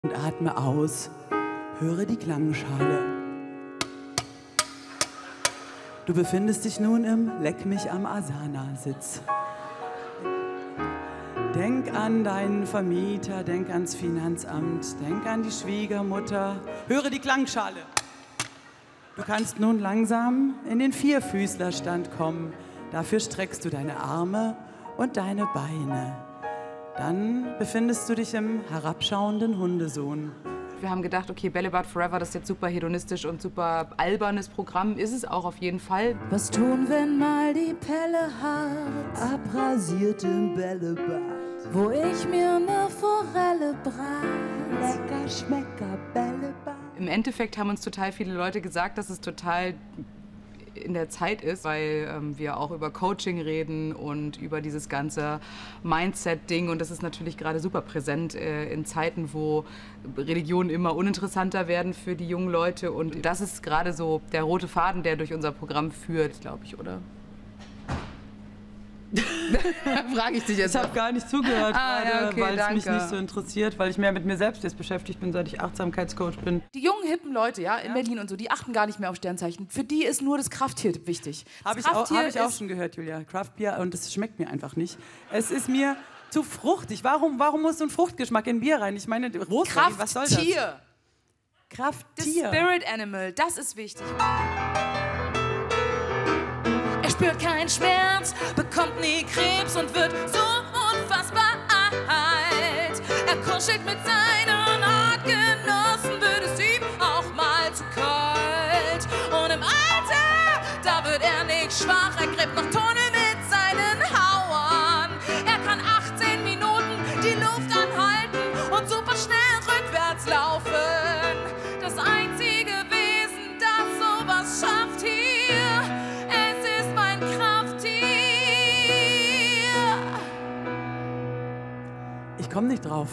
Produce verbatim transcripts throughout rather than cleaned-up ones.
Und atme aus. Höre die Klangschale. Du befindest dich nun im Leck mich am Asana-Sitz. Denk an deinen Vermieter, denk ans Finanzamt, denk an die Schwiegermutter. Höre die Klangschale. Du kannst nun langsam in den Vierfüßlerstand kommen. Dafür streckst du deine Arme und deine Beine. Dann befindest du dich im herabschauenden Hundesohn. Wir haben gedacht, okay, Bällebad Forever, das ist jetzt super hedonistisch und super albernes Programm. Ist es auch auf jeden Fall. Was tun, wenn mal die Pelle hart Abrasiert im Bällebad, wo ich mir ne Forelle brat. lecker Schmecker Bällebad. Im Endeffekt haben uns total viele Leute gesagt, dass es total in der Zeit ist, weil ähm, wir auch über Coaching reden und über dieses ganze Mindset-Ding. Und das ist natürlich gerade super präsent äh, in Zeiten, wo Religionen immer uninteressanter werden für die jungen Leute. Und das ist gerade so der rote Faden, der durch unser Programm führt, glaube ich, oder? Frage ich dich jetzt. Ich habe gar nicht zugehört, Ah, ja, gerade, okay, weil es mich danke. nicht so interessiert, weil ich mehr mit mir selbst jetzt beschäftigt bin, seit ich Achtsamkeitscoach bin. Die jungen, hippen Leute, ja, in Berlin und so, die achten gar nicht mehr auf Sternzeichen. Für die ist nur das Krafttier wichtig. Das Habe ich, auch, Krafttier hab ich auch ist- schon gehört, Julia. Craftbier, und das schmeckt mir einfach nicht. Es ist mir zu fruchtig. Warum, warum muss so ein Fruchtgeschmack in Bier rein? Ich meine, Rosmarin, was soll das? Krafttier. Das Krafttier. Spirit Animal, das ist wichtig. Er spürt keinen Schmerz, bekommt nie Krebs und wird so unfassbar alt. Er kuschelt mit seinen Artgenossen, wird es ihm auch mal zu kalt. Und im Alter, da wird er nicht schwach, er gräbt noch Tunnel mit seinen Hauern. Er kann achtzehn Minuten die Luft anhalten und super schnell rückwärts laufen. Das einzige Wesen, das sowas schafft hier, es ist mein Krafttier. Ich komme nicht drauf.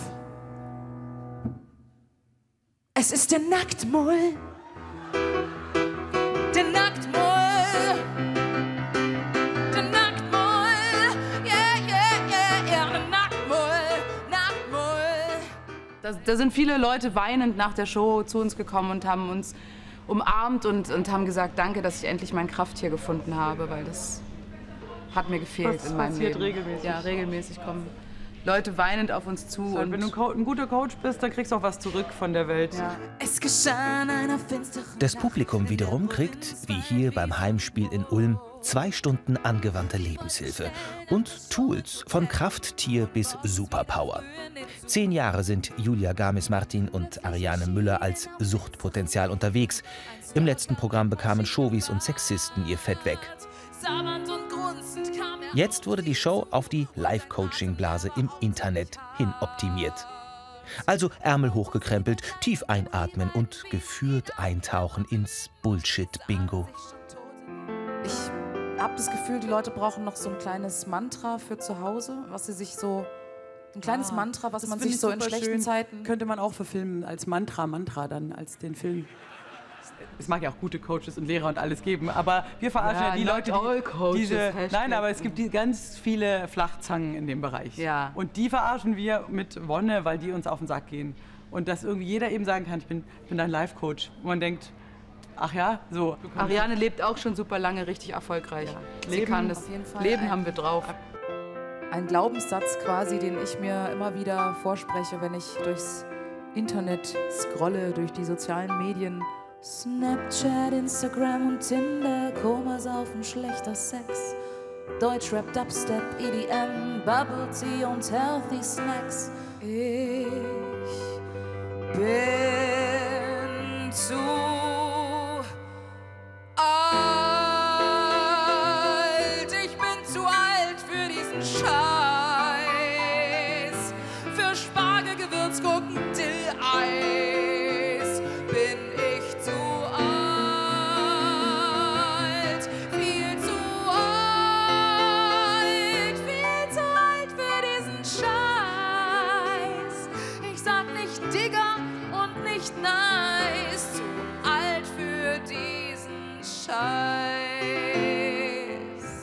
Es ist der Nacktmull. Der Nacktmull. Der Nacktmull. Yeah, yeah, yeah, yeah. Der Nacktmull. Nacktmull. Da, da sind viele Leute weinend nach der Show zu uns gekommen und haben uns umarmt und, und haben gesagt, danke, dass ich endlich mein Krafttier gefunden habe, weil das hat mir gefehlt Das in meinem passiert Leben. regelmäßig. Ja, regelmäßig kommen Leute weinend auf uns zu. Und wenn du ein, Co ein guter Coach bist, dann kriegst du auch was zurück von der Welt. ja. Es geschah in einer finsteren Das Publikum wiederum kriegt, wie hier beim Heimspiel in Ulm, zwei Stunden angewandte Lebenshilfe und Tools von Krafttier bis Superpower. Zehn Jahre sind Julia Gamis-Martin und Ariane Müller als Suchtpotenzial unterwegs. Im letzten Programm bekamen Chauvis und Sexisten ihr Fett weg. Sabbernd und grunzend kam er. Jetzt wurde die Show auf die Live-Coaching-Blase im Internet hin optimiert. Also Ärmel hochgekrempelt, tief einatmen und geführt eintauchen ins Bullshit-Bingo. Ich habe das Gefühl, die Leute brauchen noch so ein kleines Mantra für zu Hause, was sie sich so, ein kleines Ah, Mantra, was das man find sich ich so in super schlechten schön. Zeiten. Könnte man auch verfilmen als Mantra, Mantra dann, als den Film. Es mag ja auch gute Coaches und Lehrer und alles geben, aber wir verarschen ja, Ja, die not Leute, all die coaches, diese... Hashtag. Nein, aber es gibt die ganz viele Flachzangen in dem Bereich. Ja. Und die verarschen wir mit Wonne, weil die uns auf den Sack gehen. Und dass irgendwie jeder eben sagen kann, ich bin, bin dein Life-Coach. Und man denkt, ach ja, so. du kannst- Ariane lebt auch schon super lange richtig erfolgreich. Sie Leben kann das. auf jeden Fall Leben ein- haben wir drauf. Ein Glaubenssatz quasi, den ich mir immer wieder vorspreche, wenn ich durchs Internet scrolle, durch die sozialen Medien. Snapchat, Instagram und Tinder, Komasaufen, schlechter Sex. Deutschrap, Dubstep, E D M, Bubble Tea und Healthy Snacks. Ich bin zu alt, ich bin zu alt für diesen Scheiß, für Spargel, Gewürzgurken, Dill-Eis.